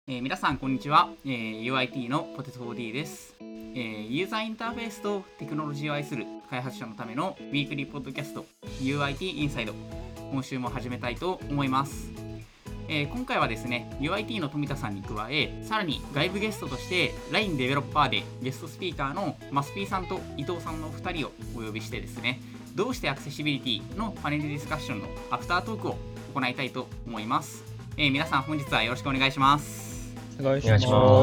皆さんこんにちは、UIT のポテト 4D です、ユーザーインターフェースとテクノロジーを愛する開発者のためのウィークリーポッドキャスト UIT インサイド、今週も始めたいと思います。今回はですね UIT の富田さんに加え、さらに外部ゲストとして LINE デベロッパーでゲストスピーカーのマスピーさんと伊藤さんのお二人をお呼びしてですね、どうしてアクセシビリティのパネルディスカッションのアフタートークを行いたいと思います。皆さん本日はよろしくお願いします。 お願いします。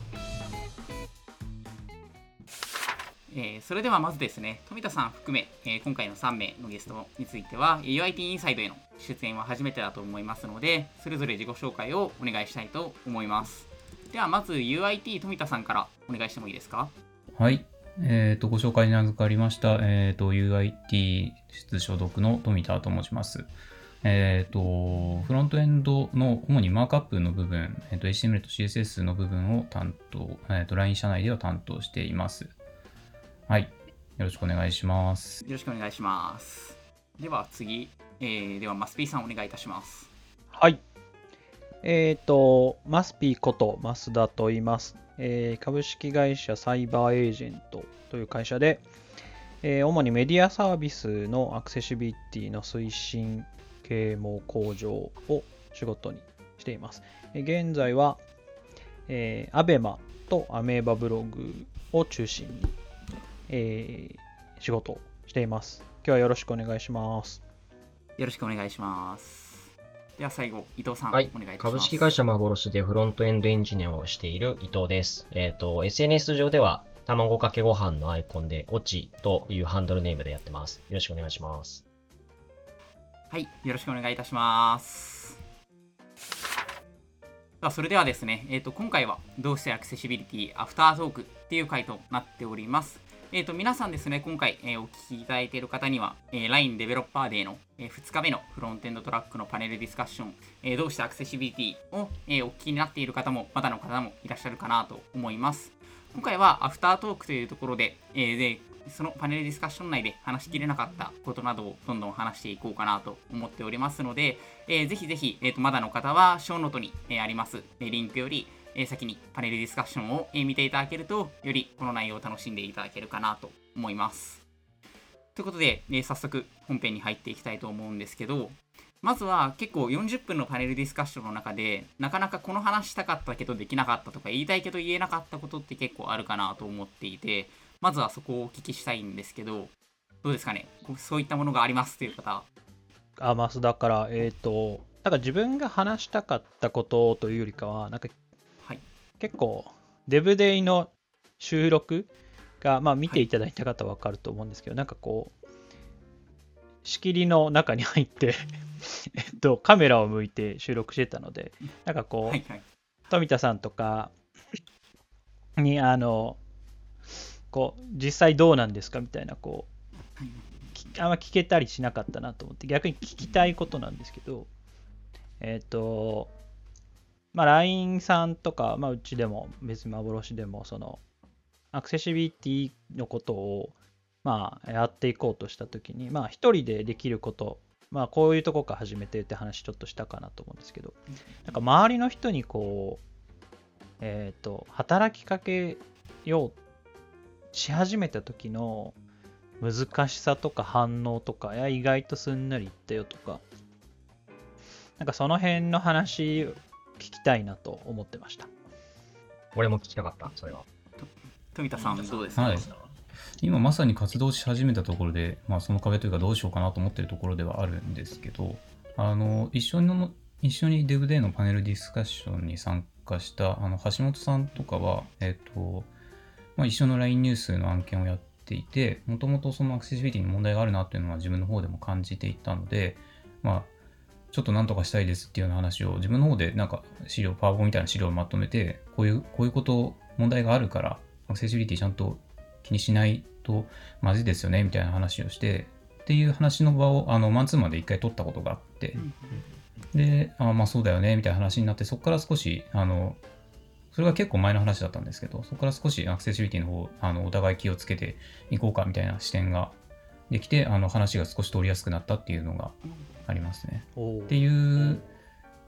それではまずですね、富田さん含め、今回の3名のゲストについては UIT インサイドへの出演は初めてだと思いますので、それぞれ自己紹介をお願いしたいと思います。ではまず UIT 富田さんからお願いしてもいいですか。 はい、ご紹介に預かりました、UIT 室所属の富田と申します。フロントエンドの主にマークアップの部分、HTML と CSS の部分を担当、LINE 社内では担当しています。はい、よろしくお願いします。 よろしくお願いします。では次、ではマスピーさんお願いいたします。 はい。マスピーこと増田と言います。株式会社サイバーエージェントという会社で、主にメディアサービスのアクセシビリティの推進啓蒙向上を仕事にしています。現在は、アベマとアメーバブログを中心に、仕事をしています。今日はよろしくお願いします。 よろしくお願いします。では最後、伊藤さん、 はい、 お願いいたします。 株式会社幻でフロントエンドエンジニアをしている伊藤です。SNS 上では卵かけご飯のアイコンでオチというハンドルネームでやってます。よろしくお願いします。 はい、よろしくお願いいたします。それではですね、今回はどうしてアクセシビリティアフタートークっていう回となっております。皆さんですね、今回、お聞きいただいている方には、LINE デベロッパーデーの、2日目のフロントエンドトラックのパネルディスカッション、どうしてアクセシビリティを、お聞きになっている方もまだの方もいらっしゃるかなと思います。今回はアフタートークというところで、そのパネルディスカッション内で話しきれなかったことなどをどんどん話していこうかなと思っておりますので、ぜひぜひ、まだの方はショーノートに、あります、リンクより、先にパネルディスカッションを、見ていただけると、よりこの内容を楽しんでいただけるかなと思います。ということで、早速本編に入っていきたいと思うんですけど、まずは結構40分のパネルディスカッションの中で、なかなかこの話したかったけどできなかったとか、言いたいけど言えなかったことって結構あるかなと思っていて、まずはそこをお聞きしたいんですけど、どうですかね、そういったものがありますという方。 増田から、なんか自分が話したかったことというよりかは、なんか、 はい、 結構デブデイの収録が、見ていただいた方は分かると思うんですけど、なんかこう仕切りの中に入ってカメラを向いて収録してたので、なんかこう、富田さんとかにこう実際どうなんですかみたいなこうあんま聞けたりしなかったなと思って、逆に聞きたいことなんですけど、LINE さんとか、うちでも別に幻でもそのアクセシビリティのことをやっていこうとしたときに、一人でできること、こういうとこから始めてって話ちょっとしたかなと思うんですけど、なんか周りの人にこう、働きかけようし始めた時の難しさとか反応とか、意外とすんなりいったよとか、なんかその辺の話を聞きたいなと思ってました。 俺も聞きたかった、それは。 富田さんどうですか。 はい、今まさに活動し始めたところで、その壁というかどうしようかなと思っているところではあるんですけど、一緒にデブデーのパネルディスカッションに参加した橋本さんとかは、一緒の LINE ニュースの案件をやっていて、もともとそのアクセシビリティに問題があるなっていうのは自分の方でも感じていたので、ちょっとなんとかしたいですっていうような話を自分の方でなんかパワポみたいな資料をまとめて、こういうこと問題があるからアクセシビリティちゃんと気にしないとまずいですよねみたいな話をしてっていう話の場をマンツーマンで一回取ったことがあって、でそうだよねみたいな話になって、そこから少しそれが結構前の話だったんですけど、そこから少しアクセシビリティの方お互い気をつけていこうかみたいな視点ができて、話が少し通りやすくなったっていうのがありますね。っていう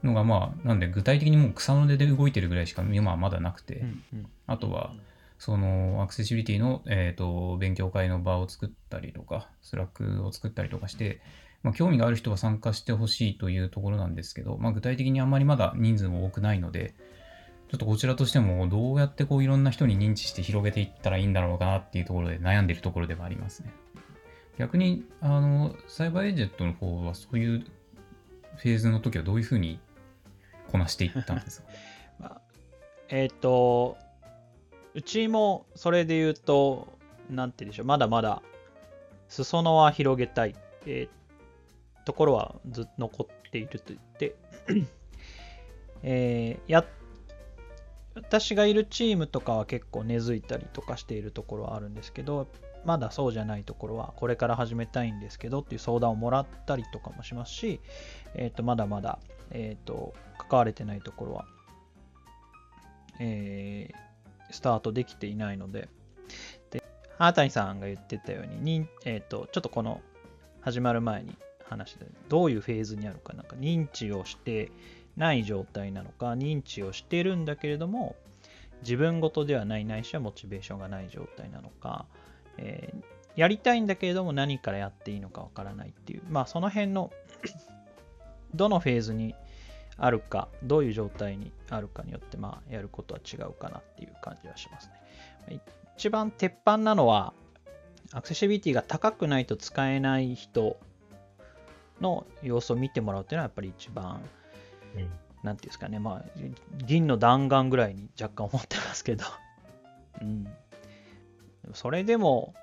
のがなんで具体的にもう草の根で動いてるぐらいしか今はまだなくて、 うんうんあとはそのアクセシビリティの、勉強会の場を作ったりとか、スラックを作ったりとかして、興味がある人は参加してほしいというところなんですけど、具体的にあんまりまだ人数も多くないので、ちょっとこちらとしてもどうやっていろんな人に認知して広げていったらいいんだろうかなっていうところで悩んでいるところではありますね。逆にサイバーエージェントの方はそういうフェーズの時はどういうふうにこなしていったんですか？ うちもそれで言うと、なんて言うんでしょう、まだまだ裾野は広げたい、ところはずっと残っていると言って、私がいるチームとかは結構根付いたりとかしているところはあるんですけど、まだそうじゃないところはこれから始めたいんですけどっていう相談をもらったりとかもしますし、まだまだ、関われてないところは、スタートできていないので、花谷さんが言ってたように、ちょっとこの始まる前に話してどういうフェーズにあるか、なんか認知をしてない状態なのか、認知をしてるんだけれども自分ごとではない、ないしはモチベーションがない状態なのか、やりたいんだけれども何からやっていいのかわからないっていう、その辺のどのフェーズにあるか、どういう状態にあるかによってやることは違うかなっていう感じはしますね。一番鉄板なのはアクセシビリティが高くないと使えない人の様子を見てもらうっていうのはやっぱり一番、なんていうんですかね、銀の弾丸ぐらいに若干思ってますけど、それでも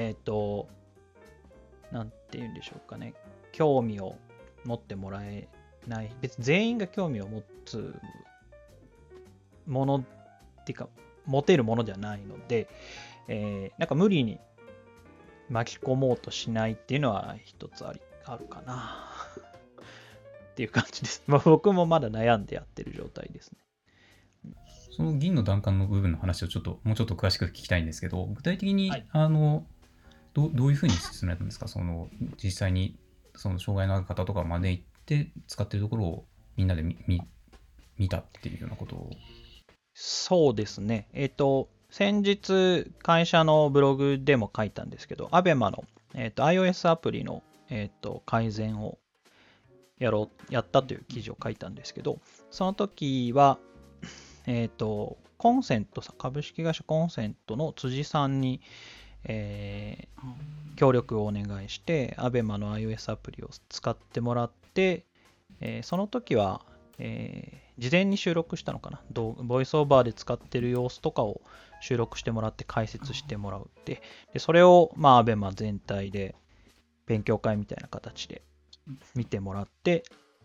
なんていうんでしょうかね、興味を持ってもらえない、別に全員が興味を持つものっていうか持てるものではないので、なんか無理に巻き込もうとしないっていうのは一つあるかなっていう感じです。僕もまだ悩んでやってる状態ですね。 その銀の弾丸の部分の話をもうちょっと詳しく聞きたいんですけど、具体的に、どういうふうに進められたんですか？実際にその障害のある方とかまで行って使ってるところをみんなで見たっていうようなことを。 そうですね。先日会社のブログでも書いたんですけど、ABEMA の、iOS アプリの、改善をやったという記事を書いたんですけど、その時は、コンセントさん、株式会社コンセントの辻さんに、協力をお願いして ABEMA の iOS アプリを使ってもらって、その時は、事前に収録したのかな、ボイスオーバーで使ってる様子とかを収録してもらって解説してもらうでそれをABEMA 全体で勉強会みたいな形で見てもらって、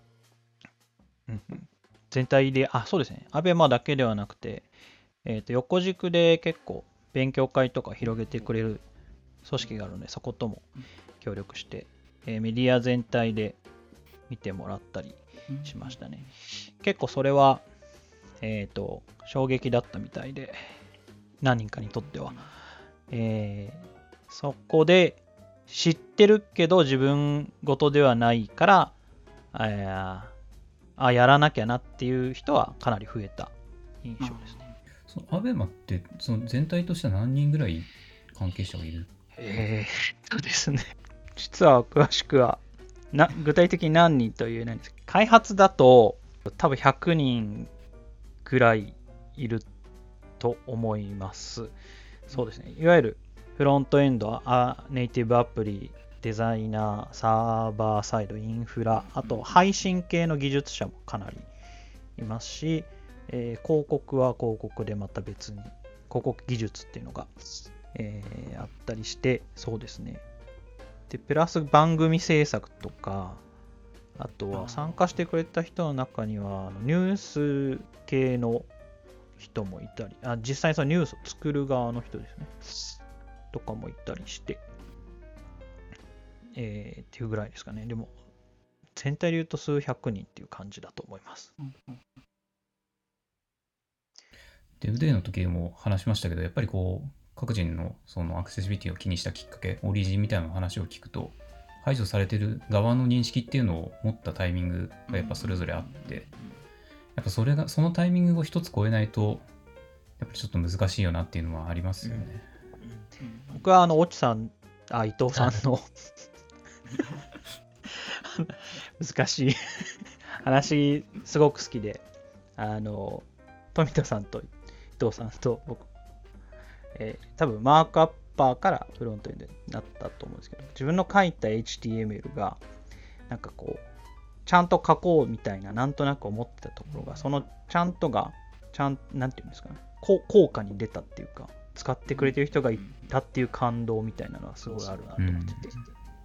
全体でそうですね、ABEMA だけではなくて、横軸で結構勉強会とか広げてくれる組織があるので、そことも協力して、メディア全体で見てもらったりしましたね。結構それは、衝撃だったみたいで、何人かにとっては。そこで知ってるけど自分ごとではないから、やらなきゃなっていう人はかなり増えた印象ですね。 そのABEMAってその全体としては何人ぐらい関係者がいる？ そうですね。実は詳しくは具体的に何人とは言えないんですけど、開発だと多分100人くらいいると思います。そうですね。いわゆるフロントエンド、ネイティブアプリ、デザイナー、サーバーサイド、インフラ、あと配信系の技術者もかなりいますし、広告は広告でまた別に広告技術っていうのが、あったりして、そうですね。でプラス番組制作とか、あとは参加してくれた人の中にはニュース系の人もいたり、実際にそのニュースを作る側の人ですねとかもいたりして、っていうぐらいですかね。でも全体で言うと数百人っていう感じだと思います。 DevDay の時も話しましたけど、やっぱり各人のそのアクセシビリティを気にしたきっかけ、オリジンみたいな話を聞くと、 排除されてる側の認識っていうのを持ったタイミングがやっぱそれぞれあって、やっぱそのタイミングを一つ超えないとやっぱりちょっと難しいよなっていうのはありますよね。 僕は越智さん、伊藤さんの難しい話すごく好きで、富田さんと伊藤さんと僕、多分マークアッパーからフロントエンドになったと思うんですけど、自分の書いた HTML がなんかこうちゃんと書こうみたいななんとなく思ってたところが、そのちゃんとがなんていうんですかね、効果に出たっていうか、使ってくれてる人がいたっていう感動みたいなのはすごいあるなと思ってて、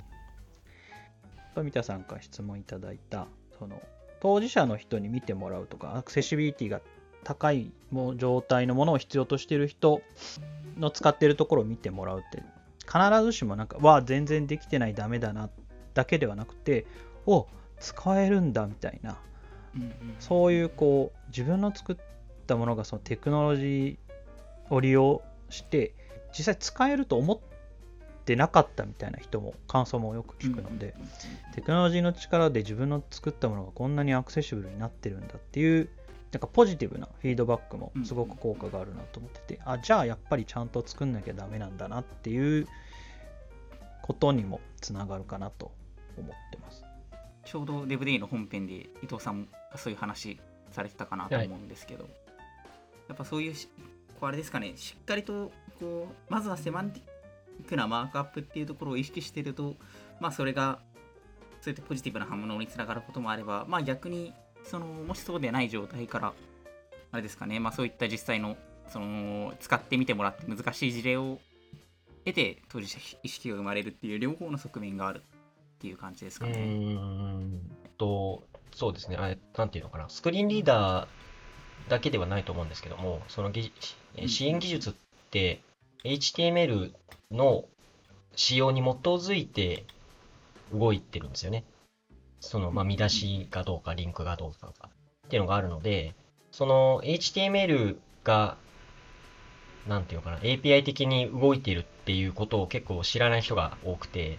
富田さんから質問いただいたその当事者の人に見てもらうとか、アクセシビリティが高い状態のものを必要としている人の使っているところを見てもらうって、必ずしもなんか全然できてないダメだなだけではなくて、使えるんだみたいな、そういうこう自分の作ったものがそのテクノロジーを利用して実際使えると思ってなかったみたいな人も感想もよく聞くので、テクノロジーの力で自分の作ったものがこんなにアクセシブルになってるんだっていうなんかポジティブなフィードバックもすごく効果があるなと思ってて、じゃあやっぱりちゃんと作んなきゃダメなんだなっていうことにもつながるかなと思ってます。 ちょうど DevDay の本編で伊藤さんがそういう話されてたかなと思うんですけど、やっぱそういうあれですかね、しっかりとこうまずはセマンティックなマークアップっていうところを意識してると、それがそういったポジティブな反応につながることもあれば、逆にもしそうでない状態からあれですかね、そういった実際の使ってみてもらって難しい事例を得て当事者意識が生まれるっていう両方の側面があるっていう感じですかね。 そうですね、なんていうのかな、スクリーンリーダーだけではないと思うんですけども、その支援技術って HTML の仕様に基づいて動いてるんですよね。見出しがどうかリンクがどうかっていうのがあるので、その HTML がなんていうのかな、API 的に動いているっていうことを結構知らない人が多くて、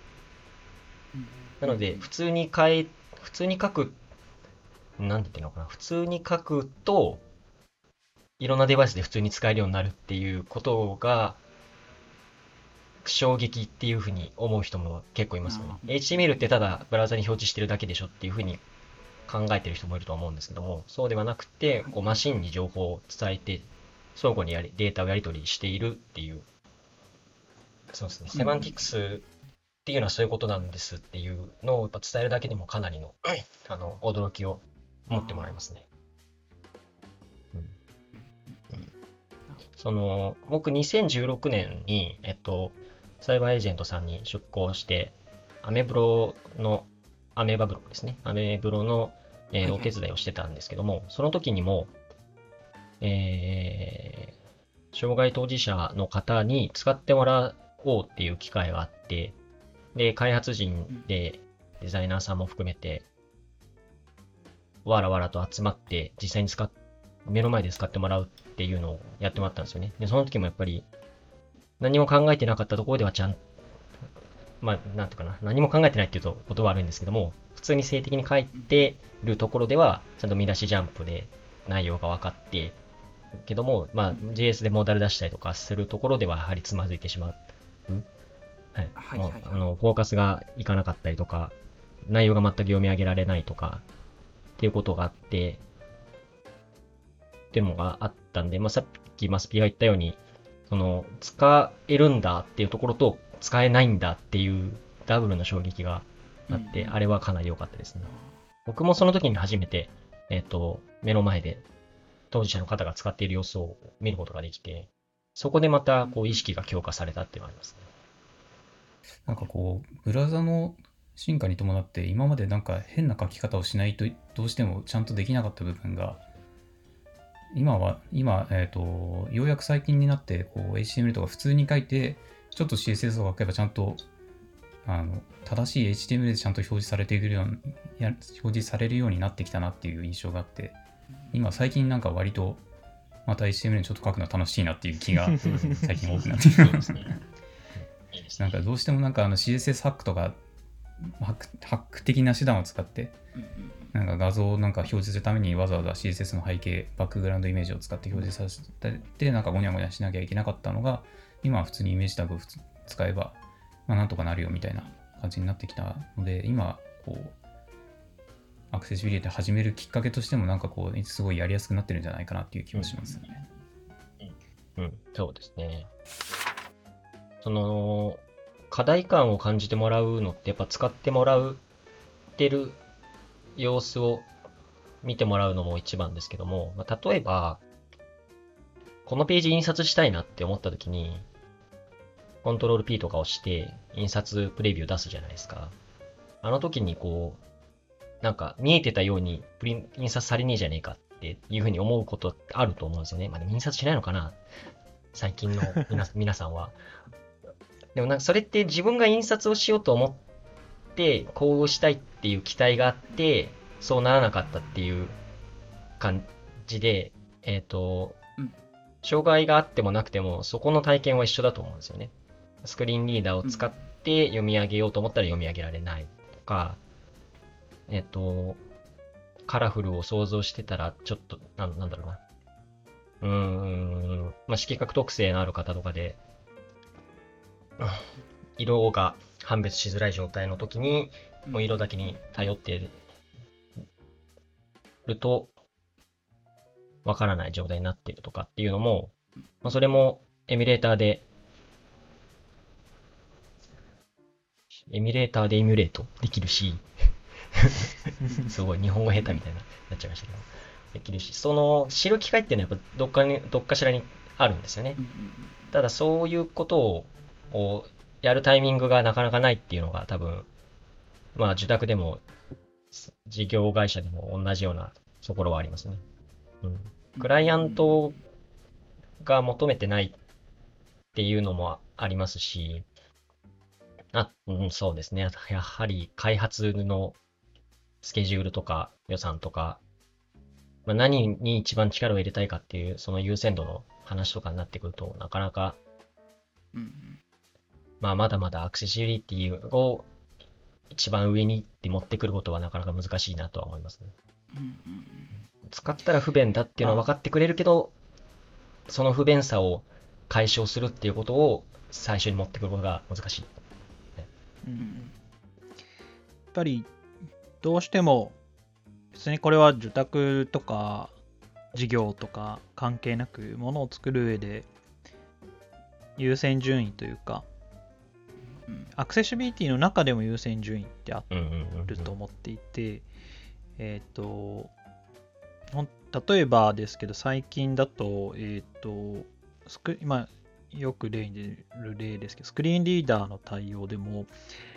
なので普通に書く、なんていうのかな、普通に書くといろんなデバイスで普通に使えるようになるっていうことが衝撃っていうふうに思う人も結構いますよね。HTML ってただブラウザに表示してるだけでしょっていうふうに考えてる人もいると思うんですけども、そうではなくてこうマシンに情報を伝えて相互にデータをやり取りしているっていう、そうですね、セマンティクスっていうのはそういうことなんですっていうのをやっぱ伝えるだけでもかなりの驚きを持ってもらいますね。僕2016年にサイバーエージェントさんに出向してアメブロのお手伝いをしてたんですけども、その時にも障害当事者の方に使ってもらおうっていう機会があって、で開発陣でデザイナーさんも含めてわらわらと集まって実際に目の前で使ってもらうっていうのをやってもらったんですよね。でその時もやっぱり何も考えてなかったところではなんていうかな、何も考えてないっていうと言葉悪いんですけども、普通に静的に書いてるところではちゃんと見出しジャンプで内容が分かってけども、JS でモーダル出したりとかするところではやはりつまずいてしまう。フォーカスがいかなかったりとか、内容が全く読み上げられないとかっていうことがあってっていうのがあったんで、さっきマスピが言ったように使えるんだっていうところと使えないんだっていうダブルの衝撃があって、あれはかなり良かったですね。僕もその時に初めて目の前で当事者の方が使っている様子を見ることができて、そこでまた意識が強化されたっていうのがありますね。 なんかブラウザの進化に伴って今までなんか変な書き方をしないとどうしてもちゃんとできなかった部分が今、ようやく最近になってHTML とか普通に書いてちょっと CSS を書けばちゃんと正しい HTML でちゃんと表示されるようになってきたなっていう印象があって、今最近なんか割とまた HTML にちょっと書くの楽しいなっていう気が最近多くなってきてますね。なんかどうしてもなんかCSS ハックとかハック的な手段を使ってうんうんなんか画像をなんか表示するためにわざわざ CSS の背景バックグラウンドイメージを使って表示させてなんかゴニャゴニャしなきゃいけなかったのが今は普通にイメージタグを使えば、まあ、なんとかなるよみたいな感じになってきたので今こうアクセシビリティ始めるきっかけとしてもなんかこうすごいやりやすくなってるんじゃないかなっていう気もしますね。 そうですね。その課題感を感じてもらうのってやっぱ使ってもらってる様子を見てもらうのも一番ですけども、まあ、例えばこのページ印刷したいなって思った時にコントロール P とか押して印刷プレビュー出すじゃないですか。あの時にこうなんか見えてたように印刷されねえじゃねえかっていうふうに思うことあると思うんですよね。まあ、でも印刷しないのかな最近の皆さんは。でもなんかそれって自分が印刷をしようと思ってこうしたいっていう期待があってそうならなかったっていう感じで、障害があってもなくてもそこの体験は一緒だと思うんですよね。スクリーンリーダーを使って読み上げようと思ったら読み上げられないとか、カラフルを想像してたらちょっとなんだろうな。まあ、色覚特性のある方とかで色が判別しづらい状態の時にもう色だけに頼ってるとわからない状態になっているとかっていうのも、まあ、それもエミュレーターでエミュレートできるしすごい日本語下手みたいになっちゃいましたけどできるし、その知る機会っていうのはやっぱどっかしらにあるんですよね。ただそういうことをやるタイミングがなかなかないっていうのが多分まあ受託でも事業会社でも同じようなところはありますね。クライアントが求めてないっていうのもありますし、そうですね。やはり開発のスケジュールとか予算とか、まあ、何に一番力を入れたいかっていうその優先度の話とかになってくるとなかなか、まあまだまだアクセシビリティを一番上にって持ってくることはなかなか難しいなとは思いますね。使ったら不便だっていうのは分かってくれるけど、その不便さを解消するっていうことを最初に持ってくることが難しい。 やっぱりどうしても別にこれは受託とか事業とか関係なくものを作る上で優先順位というかアクセシビリティの中でも優先順位ってあると思っていて、例えばですけど最近だと今よく例に出る例ですけどスクリーンリーダーの対応でも、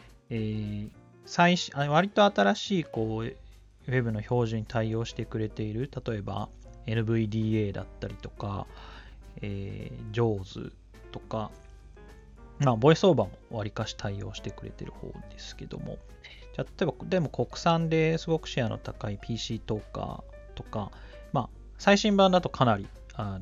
割と新しいこうウェブの標準に対応してくれている、例えば NVDA だったりとか、JAWS とか、まあ、ボイスオーバーもわりかし対応してくれてる方ですけども、じゃあ例えばでも国産ですごくシェアの高い PC トーカーとか、まあ、最新版だとかなり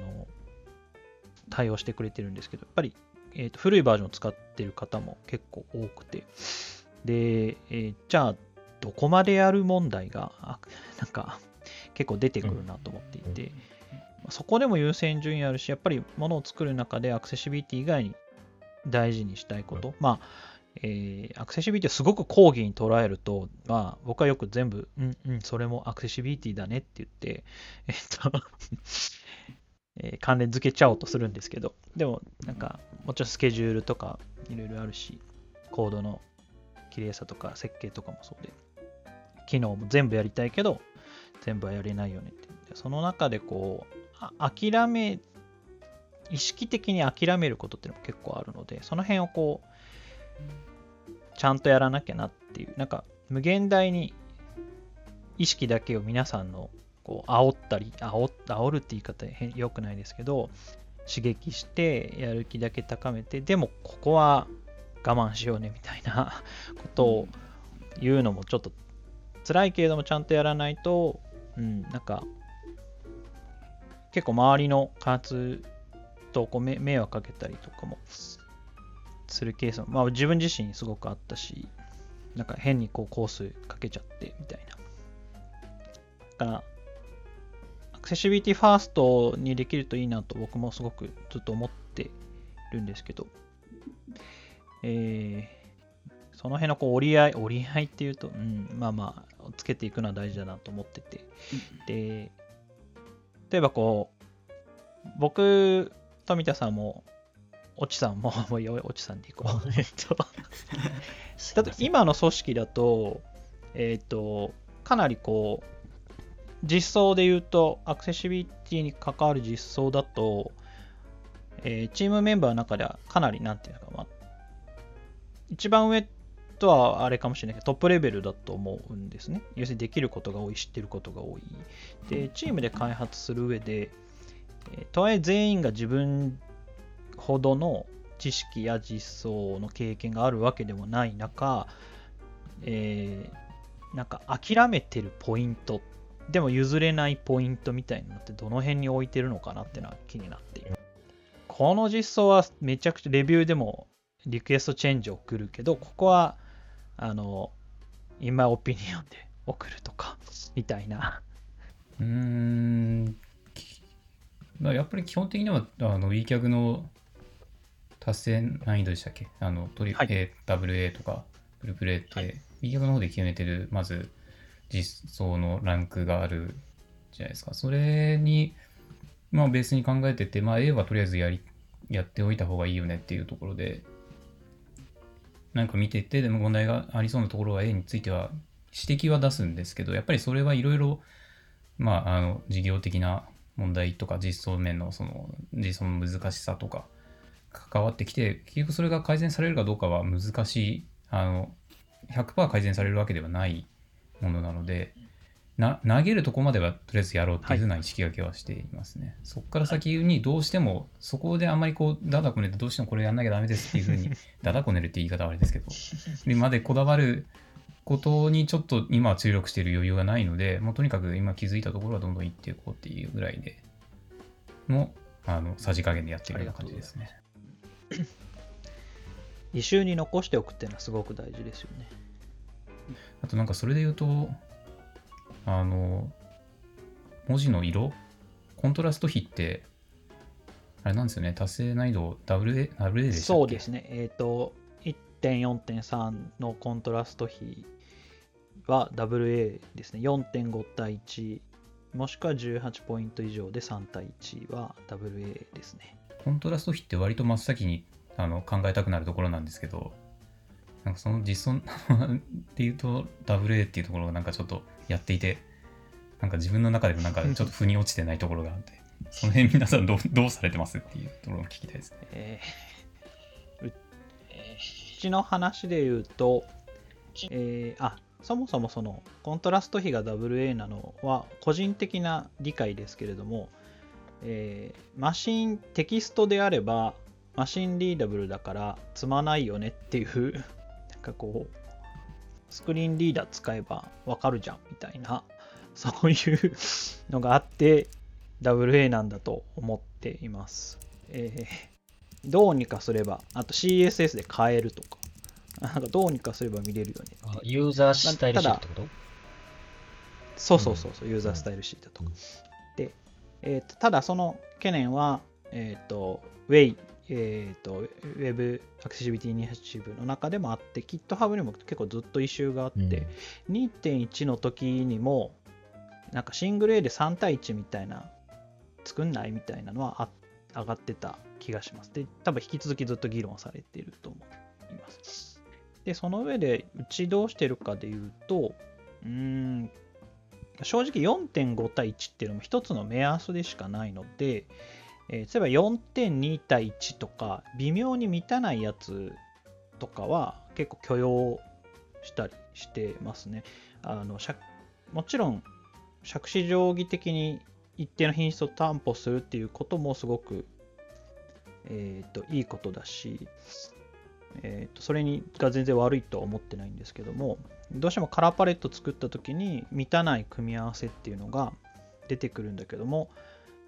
対応してくれてるんですけど、やっぱり、古いバージョンを使ってる方も結構多くて、で、じゃあどこまでやる問題がなんか結構出てくるなと思っていて、そこでも優先順位あるし、やっぱりものを作る中でアクセシビリティ以外に大事にしたいこと、まあ、アクセシビリティをすごく講義に捉えると、まあ、僕はよく全部、それもアクセシビリティだねって言って、関連付けちゃおうとするんですけど、でもなんかもちろんスケジュールとかいろいろあるし、コードの綺麗さとか設計とかもそうで、機能も全部やりたいけど全部はやれないよねって。その中でこう意識的に諦めることっていうのも結構あるので、その辺をこうちゃんとやらなきゃなっていう、なんか無限大に意識だけを皆さんのこう煽るって言い方良くないですけど、刺激してやる気だけ高めて、でもここは我慢しようねみたいなことを言うのもちょっと辛いけれども、ちゃんとやらないと、なんか結構周りの開発とこう迷惑かけたりとかもするケースも、まあ、自分自身すごくあったし、 なんか変にこうコースかけちゃってみたいな。だからアクセシビリティファーストにできるといいなと僕もすごくずっと思ってるんですけど、その辺のこう折り合いっていうと、まあまあつけていくのは大事だなと思ってて、で例えばこう僕富田さんもオチさんももういいよオチさんでいこうだと今の組織だとかなりこう実装で言うとアクセシビリティに関わる実装だと、チームメンバーの中ではかなりなんていうのか、まあ、一番上とはあれかもしれないけどトップレベルだと思うんですね。要するにできることが多い、知ってることが多い。でチームで開発する上で、とはいえ全員が自分ほどの知識や実装の経験があるわけでもない中、なんか諦めてるポイントでも譲れないポイントみたいなのってどの辺に置いてるのかなっていうのは気になっている。この実装はめちゃくちゃレビューでもリクエストチェンジを送るけど、ここは今オピニオンで送るとかみたいな。 やっぱり基本的にはWCAG の達成難易度でしたっけ、はい、WA とかフルプレイって、はい、WCAG の方で決めてるまず実装のランクがあるじゃないですか。それに、まあ、ベースに考えてて、まあ、A はとりあえずやっておいた方がいいよねっていうところで、なんか見てて、でも問題がありそうなところは A については指摘は出すんですけど、やっぱりそれはいろいろ、まあ、事業的な問題とか実装面のその実装の難しさとか関わってきて、結局それが改善されるかどうかは難しい、100% 改善されるわけではないものなので、投げるとこまではとりあえずやろうっていうふうな意識がけはしていますね。はい、そこから先にどうしても、そこであんまりこうダダこねてどうしてもこれやんなきゃダメですっていうふうにダダこねるって言い方はあれですけどでまでこだわることにちょっと今は注力している余裕がないので、もうとにかく今気づいたところはどんどん行っていこうっていうぐらいでのさじ加減でやってるような感じですね。 2週に残しておくっていうのはすごく大事ですよね。 あとなんかそれで言うと文字の色コントラスト比ってあれなんですよね。達成難易度 WA でしたっけ？ そうですね。1.4.3 のコントラスト比は WA ですね。4.5 対1もしくは18ポイント以上で3対1は WA ですね。 コントラスト比って割と真っ先に考えたくなるところなんですけど、なんかその実装っていうと WA っていうところがなんかちょっとやっていて、なんか自分の中でもなんかちょっと腑に落ちてないところがあってその辺皆さんどうされてますっていうところを聞きたいですね。 うちの話で言うと、そもそもそのコントラスト比が WA なのは個人的な理解ですけれども、テキストであればマシンリーダブルだから積まないよねっていうなんかこうスクリーンリーダー使えばわかるじゃんみたいな、そういうのがあって WA なんだと思っています。どうにかすれば、あと CSS で変えるとか、なんかどうにかすれば見れるよね。 ユーザースタイルシートってこと？ そう、ユーザースタイルシートとか。で、ただその懸念は、Way、Web アクセシビリティイニシアチブの中でもあって、GitHub にも結構ずっとイシューがあって、2.1 の時にも、なんかシングル A で3対1みたいな、作んないみたいなのは上がってた気がします。で、多分引き続きずっと議論されていると思います。で、その上で、うちどうしてるかでいうと、正直 4.5 対1っていうのも一つの目安でしかないので、例えば 4.2 対1とか微妙に満たないやつとかは結構許容したりしてますね。もちろん杓子定規的に一定の品質を担保するっていうこともすごく、いいことだし、それが全然悪いとは思ってないんですけども、どうしてもカラーパレット作った時に満たない組み合わせっていうのが出てくるんだけども、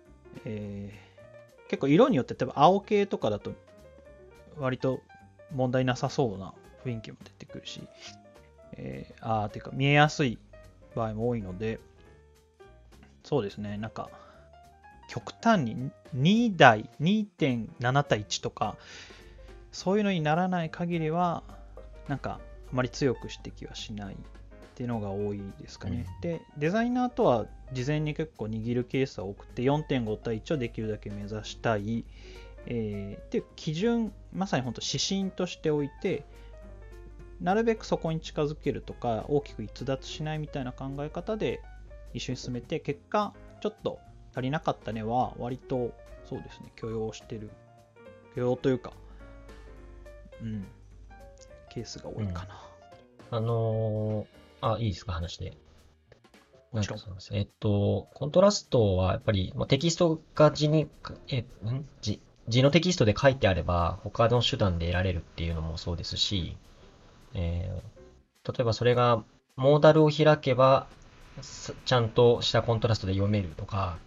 結構色によって例えば青系とかだと割と問題なさそうな雰囲気も出てくるし、 ていうか見えやすい場合も多いので、そうですね、なんか極端に2台 2.7 対1とかそういうのにならない限りはなんかあまり強く指摘はしないっていうのが多いですかね。でデザイナーとは事前に結構握るケースは多くて 4.5 対1をできるだけ目指したい、っていう基準、まさに本当指針としておいて、なるべくそこに近づけるとか大きく逸脱しないみたいな考え方で一緒に進めて、結果ちょっと足りなかったねは割とそうですね、許容してる、許容というかケースが多いかな。 いいですか、話で。 もちろん。 コントラストはやっぱり、テキストが字のテキストで書いてあれば、他の手段で得られるっていうのもそうですし、例えばそれがモーダルを開けば、ちゃんとしたコントラストで読めるとか、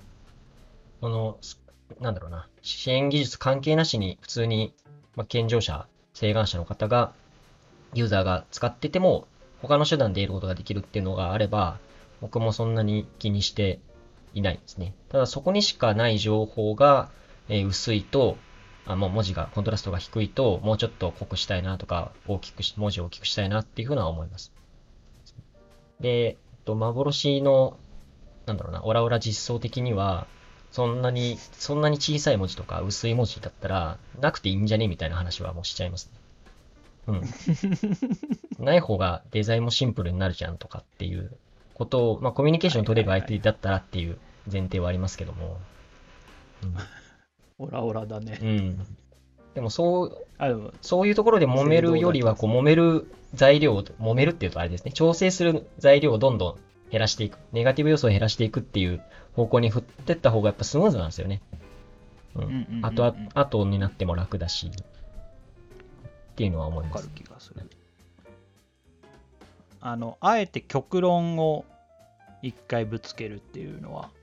なんだろうな、支援技術関係なしに普通に、健常者、晴眼者の方が、ユーザーが使ってても、他の手段で得ることができるっていうのがあれば、僕もそんなに気にしていないですね。ただそこにしかない情報が、薄いと、もう文字が、コントラストが低いと、もうちょっと濃くしたいなとか、文字を大きくしたいなっていうふうな思います。で、幻の、なんだろうな、オラオラ実装的には、そんなに小さい文字とか薄い文字だったら、なくていいんじゃねみたいな話はもうしちゃいますね。ない方がデザインもシンプルになるじゃんとかっていうことを、コミュニケーション取れる相手だったらっていう前提はありますけども。 オラオラだね。 でもそういうところで揉めるよりは、揉める揉めるっていうとあれですね、調整する材料をどんどん減らしていく、ネガティブ要素を減らしていくっていう方向に振っていった方がやっぱスムーズなんですよね。後になっても楽だし、っていうのは思います。 わかる気がする。あえて極論を一回ぶつけるっていうのは、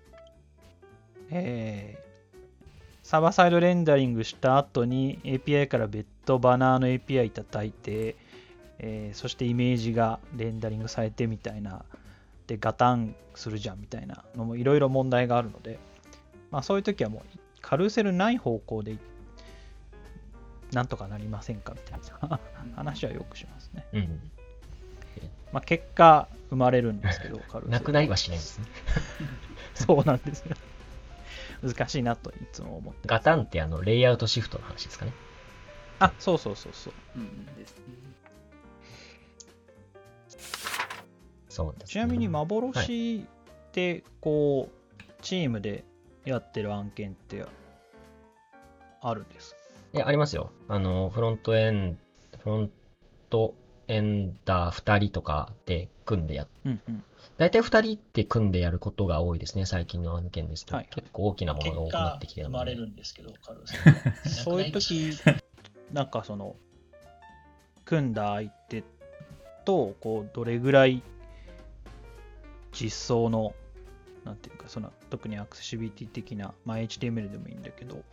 サーバーサイドレンダリングした後に API から別途バナーの API 叩いて、そしてイメージがレンダリングされてみたいなでガタンするじゃんみたいなのもいろいろ問題があるので、そういう時はもうカルーセルない方向でなんとかなりませんかみたいな話はよくしますね。結果生まれるんですけど、カルーセルなくなりはしないですね。 そうなんですよ。難しいなといつも思って。 ガタンってレイアウトシフトの話ですかね。 そうそう。ですね。 そうですね。 ちなみに幻ってこう、チームでやってる案件ってあるんですか？ いや、ありますよ。フロントエンダー2人とかで組んで大体2人って組んでやることが多いですね、最近の案件ですと。結構大きなものが多くなってきてるので。 生まれるんですけど、そういう時、なんか組んだ相手と、どれぐらい実装の、なんていうか、特にアクセシビリティ的な、HTML でもいいんだけど、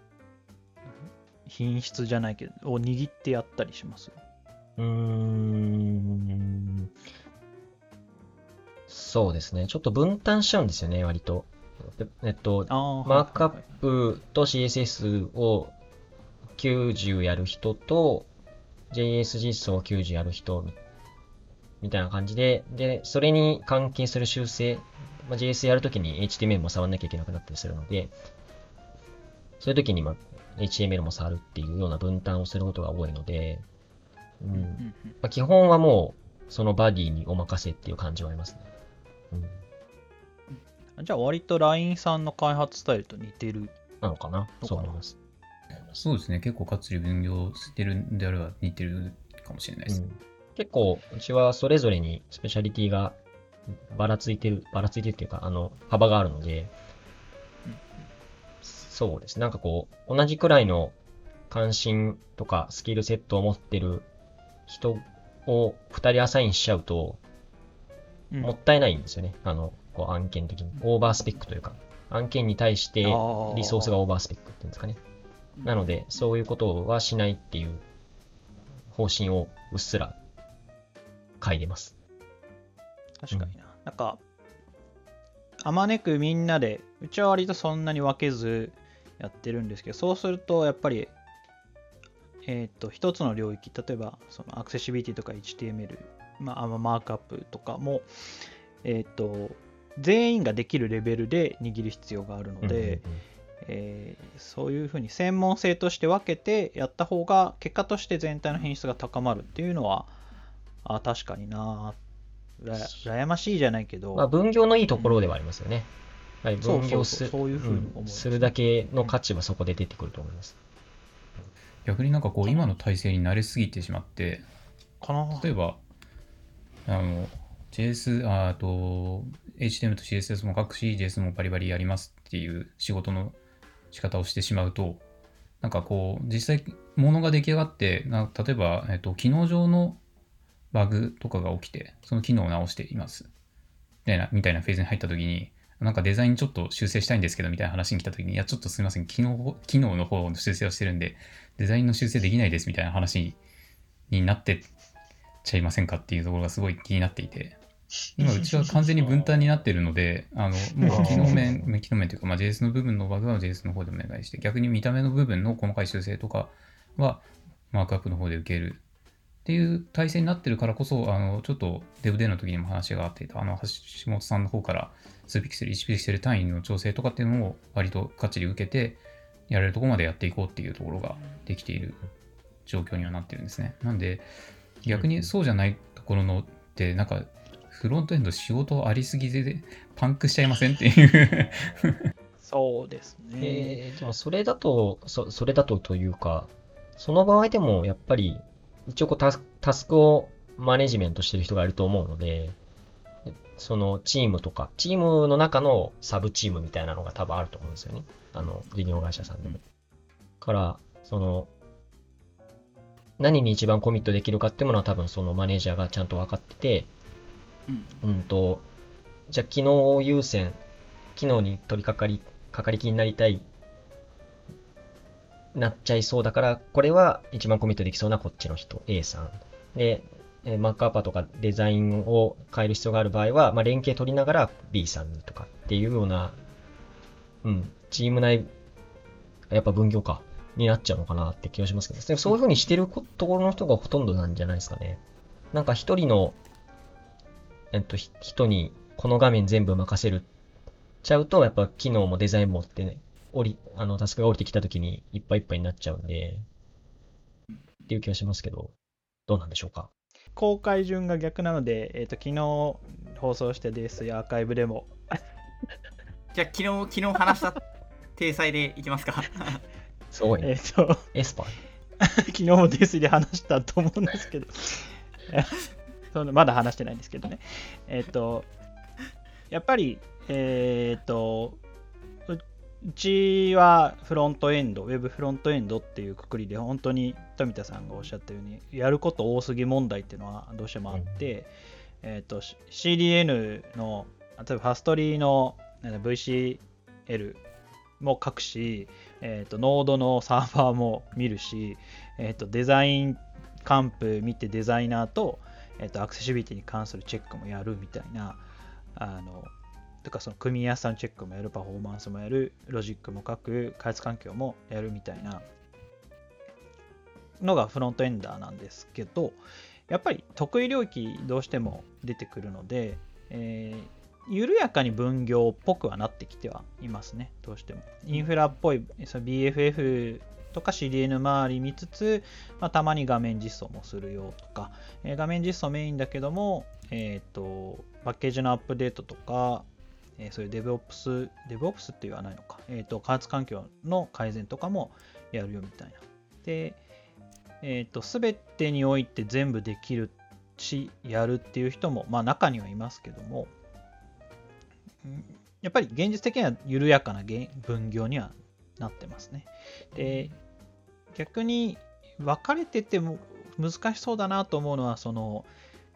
品質じゃないけど、を握ってやったりします？ そうですね。ちょっと分担しちゃうんですよね、割と。マークアップと CSS を90やる人と JS 実装を90やる人みたいな感じで、それに関係する修正、JS やるときに HTML も触んなきゃいけなくなったりするので、そういうときにHTML も触るっていうような分担をすることが多いので、基本はもうそのバディにお任せっていう感じはありますね。 じゃあ割と LINE さんの開発スタイルと似てるなのかな。そう思います。 そうですね。結構かっつり分業してるんであれば似てるかもしれないです。 結構うちはそれぞれにスペシャリティがばらついてるっていうか幅があるので、そうですね。なんか同じくらいの関心とかスキルセットを持ってる人を2人アサインしちゃうと、もったいないんですよね。案件的に。オーバースペックというか、案件に対してリソースがオーバースペックっていうんですかね。なので、そういうことはしないっていう方針をうっすら嗅いでます。 確かにな。なんか、あまねくみんなで、うちは割とそんなに分けずやってるんですけど、そうするとやっぱり、一つの領域、例えばそのアクセシビリティとか HTML、マークアップとかも、全員ができるレベルで握る必要があるので、そういうふうに専門性として分けてやった方が結果として全体の品質が高まるっていうのは確かにな、羨ましいじゃないけど、 分業のいいところではありますよね。分業するだけの価値はそこで出てくると思います。 逆になんかこう今の体制に慣れすぎてしまって、例えばJS、HTML と CSS も書くし JS もバリバリやりますっていう仕事の仕方をしてしまうと、なんかこう実際物が出来上がって例えば、機能上のバグとかが起きてその機能を直していますみたいなフェーズに入った時に、なんかデザインちょっと修正したいんですけどみたいな話に来た時に、いやちょっとすみません、機能の方の修正をしてるんでデザインの修正できないですみたいな話になってっちゃいませんかっていうところがすごい気になっていて、今うちは完全に分担になっているので、もう機能面というか、JS の部分のバグは JS の方でお願いして、逆に見た目の部分の細かい修正とかはマークアップの方で受けるっていう体制になってるからこそ、ちょっとデブデーの時にも話があっていた橋本さんの方から数ピクセル1ピクセル単位の調整とかっていうのを割とかっちり受けてやれるところまでやっていこうっていうところができている状況にはなってるんですね。なんで逆にそうじゃないところのってなんかフロントエンド仕事ありすぎでパンクしちゃいませんっていうそうですね。 でもそれだとというか、その場合でもやっぱり一応タスクをマネジメントしてる人がいると思うので、そのチームの中のサブチームみたいなのが多分あると思うんですよね。事業会社さんでも。から、何に一番コミットできるかっていうものは多分そのマネージャーがちゃんと分かってて、じゃあ機能優先、機能に取り掛かり気になりたい、なっちゃいそうだから、これは一番コミットできそうなこっちの人、A さん。で、マークアッパーとかデザインを変える必要がある場合は、連携取りながら B さんにとかっていうような、チーム内、やっぱ分業化になっちゃうのかなって気がしますけど、そういう風にしてるところの人がほとんどなんじゃないですかね。なんか一人の、人にこの画面全部任せるちゃうと、やっぱ機能もデザインもってね、タスクが降りてきたときにいっぱいいっぱいになっちゃうんで、っていう気がしますけど、どうなんでしょうか。 公開順が逆なので、昨日放送したですアーカイブでもじゃあ昨日話した体裁でいきますかすごいね。エスパー昨日もですで話したと思うんですけどまだ話してないんですけどね。やっぱりうちはフロントエンド、ウェブフロントエンドっていうくくりで、本当に富田さんがおっしゃったように、やること多すぎ問題っていうのはどうしてもあって、CDN の、例えばファストリーの VCL も書くし、ノードのサーバーも見るし、デザインカンプ見てデザイナーと、アクセシビリティに関するチェックもやるみたいな、とかその組みやすさのチェックもやる、パフォーマンスもやる、ロジックも書く、開発環境もやるみたいなのがフロントエンダーなんですけど、やっぱり得意領域どうしても出てくるので、緩やかに分業っぽくはなってきてはいますね。どうしてもインフラっぽいその BFF とか CDN 周り見つつ、たまに画面実装もするよとか、画面実装メインだけども、パッケージのアップデートとか、そういう DevOps って言わないのか、開発環境の改善とかもやるよみたいな。で、全てにおいて全部できるし、やるっていう人も、中にはいますけども、やっぱり現実的には緩やかな分業にはなってますね。で、逆に分かれてても難しそうだなと思うのは、その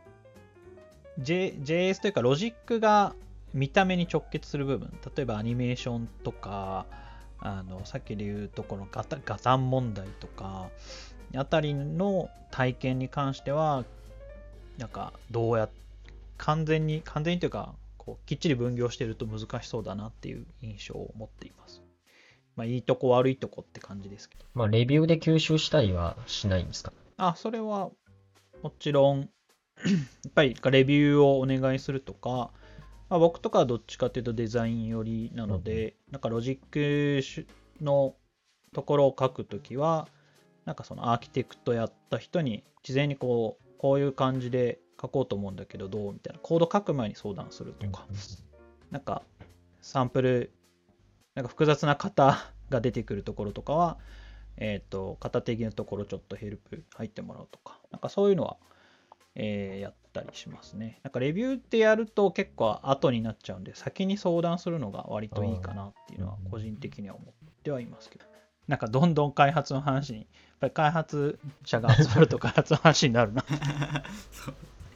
JS というかロジックが見た目に直結する部分、例えばアニメーションとか、さっきで言うとこの画算問題とかあたりの体験に関してはなんかどうや完全にというかこうきっちり分業してると難しそうだなっていう印象を持っています。まあいいとこ悪いとこって感じですけど。 まあ、レビューで吸収したりはしないんですか？ それはもちろんやっぱりレビューをお願いするとか、僕とかはどっちかっていうとデザイン寄りなので、なんかロジックのところを書くときは、なんかそのアーキテクトやった人に事前にこういう感じで書こうと思うんだけどどうみたいな、コード書く前に相談するとか、なんかサンプル、なんか複雑な型が出てくるところとかは、型的なところちょっとヘルプ入ってもらうとか、なんかそういうのは、やったりしますね。なんかレビューってやると結構後になっちゃうんで、先に相談するのが割といいかなっていうのは個人的には思ってはいますけど、なんかどんどん開発の話に、やっぱり開発者が集まると開発の話になるな。 そう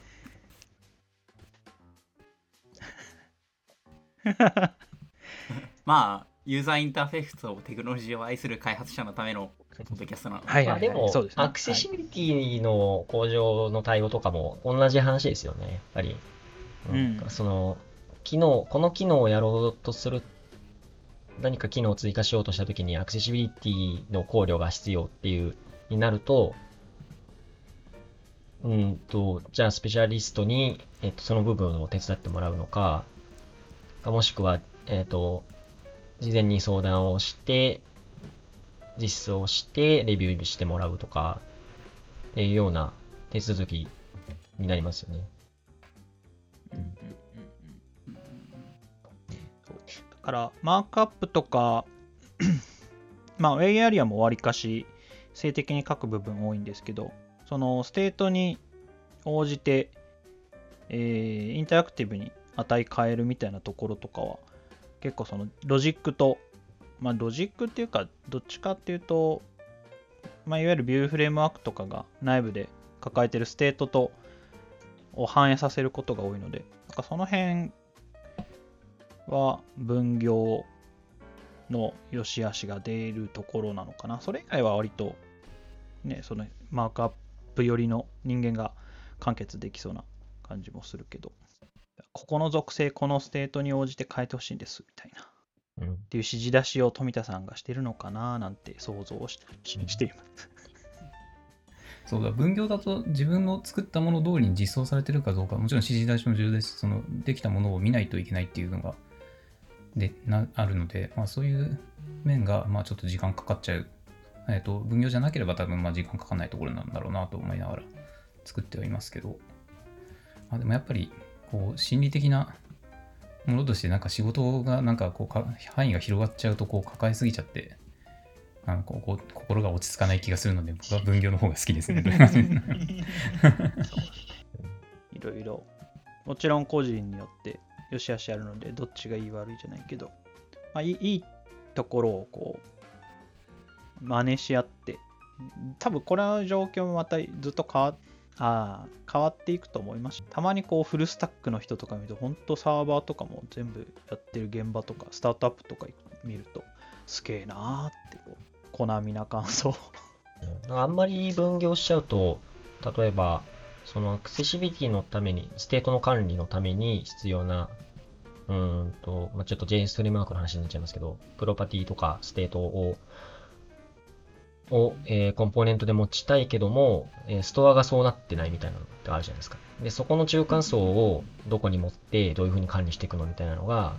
まあユーザーインターフェースとテクノロジーを愛する開発者のためのポッドキャストなので、 はいでも、 そうですねアクセシビリティの向上の対応とかも同じ話ですよね、やっぱり。そのこの機能をやろうとする、何か機能を追加しようとしたときにアクセシビリティの考慮が必要っていうになると、じゃあスペシャリストに、その部分を手伝ってもらうのか、もしくは、事前に相談をして、実装をして、レビューしてもらうとか、っていうような手続きになりますよね。 だからマークアップとかウェイエリアもわりかし静的に書く部分多いんですけど、そのステートに応じて、インタラクティブに値変えるみたいなところとかは結構そのロジックと、ロジックっていうかどっちかっていうと、いわゆるビューフレームワークとかが内部で抱えてるステートを反映させることが多いので、なんかその辺は分業の良し悪しが出るところなのかな。それ以外は割とね、そのマークアップ寄りの人間が完結できそうな感じもするけど、ここの属性このステートに応じて変えてほしいんですみたいな、っていう指示出しを富田さんがしてるのかななんて想像をしています。 そうだ、分業だと自分の作ったもの通りに実装されてるかどうか、もちろん指示出しも重要です。そのできたものを見ないといけないっていうのがあるので、そういう面がちょっと時間かかっちゃう。分業じゃなければ多分時間かかんないところなんだろうなと思いながら作ってはいますけど、でもやっぱりこう心理的なものとしてなんか仕事がなんかこう範囲が広がっちゃうとこう抱えすぎちゃって心が落ち着かない気がするので、僕は分業の方が好きですね。 いろいろもちろん個人によって良し悪しあるので、どっちがいい悪いじゃないけど、いいところをこう真似し合って、多分これの状況もまたずっと変わっていくと思います。たまにこうフルスタックの人とか見ると、本当サーバーとかも全部やってる現場とかスタートアップとか見るとすげえなーってこう好みな感想。 あんまり分業しちゃうと、例えばそのアクセシビリティのために、ステートの管理のために必要なちょっと JS フレームワークの話になっちゃいますけど、プロパティとかステートをコンポーネントで持ちたいけども、ストアがそうなってないみたいなのってあるじゃないですか。で、そこの中間層をどこに持ってどういうふうに管理していくのみたいなのが、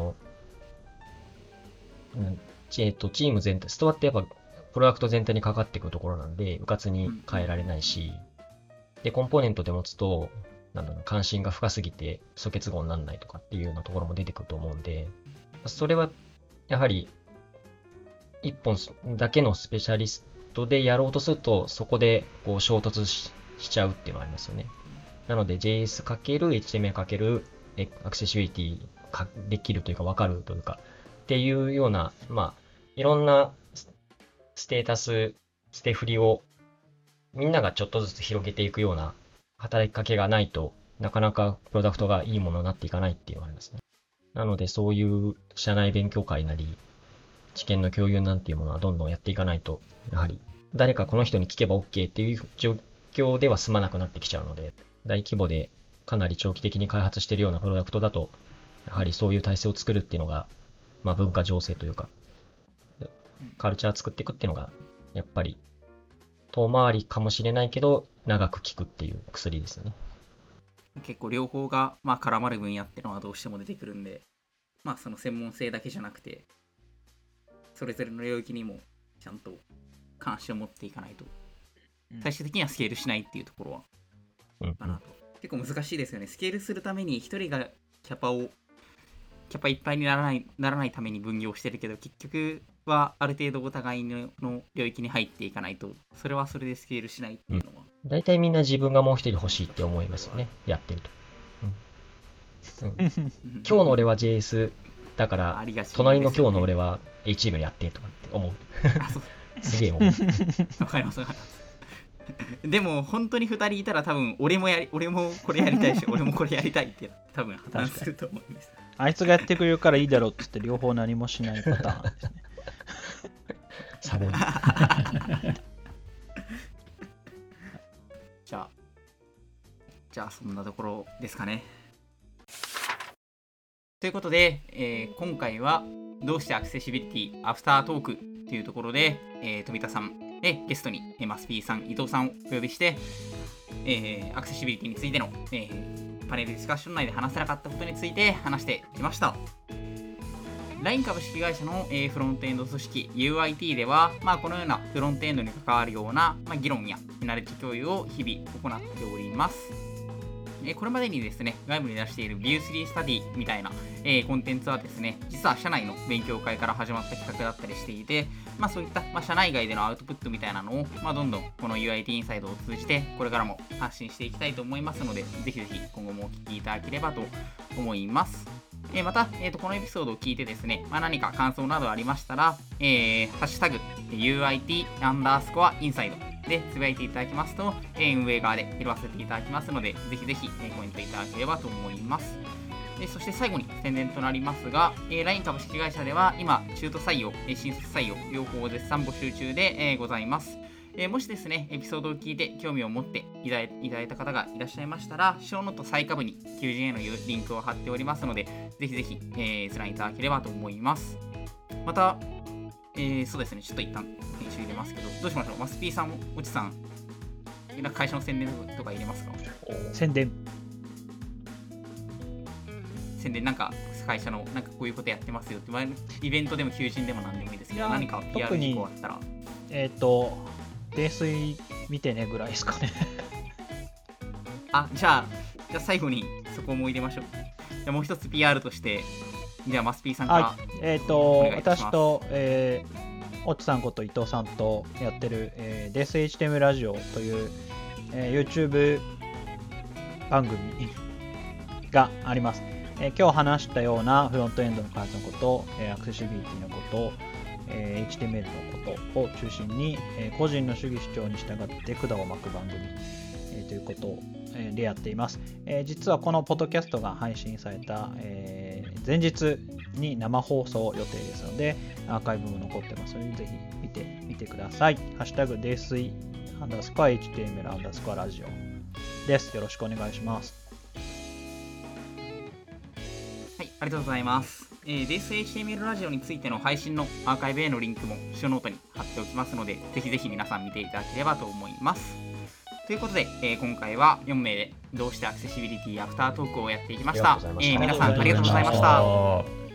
チーム全体、ストアってやっぱプロダクト全体にかかってくるところなんで、うかつに変えられないし、で、コンポーネントで持つと、関心が深すぎて素結合にならないとかっていうようなところも出てくると思うんで、それはやはり一本だけのスペシャリストでやろうとすると、そこでこう衝突 しちゃうっていうのがありますよね。なので JS×HTML× アクセシビリティできるというか分かるというかっていうような、いろんなステータス、ステフリをみんながちょっとずつ広げていくような働きかけがないと、なかなかプロダクトがいいものになっていかないっていうのがありますね。なのでそういう社内勉強会なり、知見の共有なんていうものはどんどんやっていかないと、やはり誰かこの人に聞けば OK っていう状況では済まなくなってきちゃうので、 大規模でかなり長期的に開発しているようなプロダクトだと、やはりそういう体制を作るっていうのが、まあ、文化醸成というか、カルチャー作っていくっていうのが、やっぱり遠回りかもしれないけど、長く効くっていう薬ですよね。 結構両方が、まあ、絡まる分野っていうのはどうしても出てくるんで、まあその専門性だけじゃなくて、それぞれの領域にもちゃんと関心を持っていかないと、最終的にはスケールしないっていうところは、かなと。結構難しいですよね。スケールするために一人がキャパいっぱいにならないために分業してるけど、結局はある程度お互いの領域に入っていかないと、それはそれでスケールしないっていうのは。 大体みんな自分がもう一人欲しいって思いますよね、やってると。今日の俺は JS だから、隣の今日の俺は HTML やってとかって思う。すげえ思う。 わかります。でも本当に2人いたら多分俺もこれやりたいし俺もこれやりたいって多分破綻すると思うんです。 あいつがやってくれるからいいだろうって言って両方何もしないパターンですね。 サボる。 じゃあそんなところですかね。ということで、今回はどうしてアクセシビリティアフタートークというところで、富田さんでゲストにマスピーさん、伊藤さんをお呼びして、アクセシビリティについての、パネルディスカッション内で話せなかったことについて話してきました。LINE 株式会社の、フロントエンド組織 UIT では、まあ、このようなフロントエンドに関わるような、まあ、議論やナレッジ共有を日々行っております。これまでにですね、外部に出している View3 スタディみたいな、コンテンツはですね、実は社内の勉強会から始まった企画だったりしていて、まあそういった、まあ、社内外でのアウトプットみたいなのを、まあ、どんどんこの UIT インサイドを通じて、これからも発信していきたいと思いますので、ぜひぜひ今後もお聞きいただければと思います。また、このエピソードを聞いてですね、まあ、何か感想などありましたら、ハッシュタグ UIT_insideでつぶやいていただきますと、運営側で拾わせていただきますので、ぜひぜひコメントいただければと思います。そして最後に宣伝となりますが、LINE 株式会社では今、中途採用、新卒採用、両方絶賛募集中で、ございます。もしですね、エピソードを聞いて興味を持っていただいた方がいらっしゃいましたら、ショーノート最下部に求人へのリンクを貼っておりますので、ぜひぜひ、閲覧いただければと思います。また、そうですね、ちょっと一旦編集入れますけど、どうしましょう、マスピーさん、おちさん、なんか会社の宣伝とか入れますか？ 宣伝、 なんか会社のなんかこういうことやってますよって、イベントでも求人でも何でもいいですけど、何か PR 事項あったら。 泥酔見てねぐらいですかね。 じゃあ最後にそこも入れましょう。じゃあもう一つ PR として、じゃあマスピーさんから。 私と、オッチさんこと伊藤さんとやってる、DSHTM ラジオという、YouTube 番組があります。今日話したようなフロントエンドの開発のこと、アクセシビリティのこと、HTML のことを中心に、個人の主義主張に従って管を巻く番組、ということでやっています。実はこのポッドキャストが配信された、前日に生放送予定ですので、アーカイブも残ってますので、ぜひ見てみてください。ハッシュタグ泥酔_HTML_ ラジオです。よろしくお願いします。 はい、ありがとうございます。DSHTML ラジオについての配信のアーカイブへのリンクもショーノートに貼っておきますので、ぜひぜひ皆さん見ていただければと思います。ということで、今回は4名でどうしてアクセシビリティアフタートークをやっていきました。皆さんありがとうございました。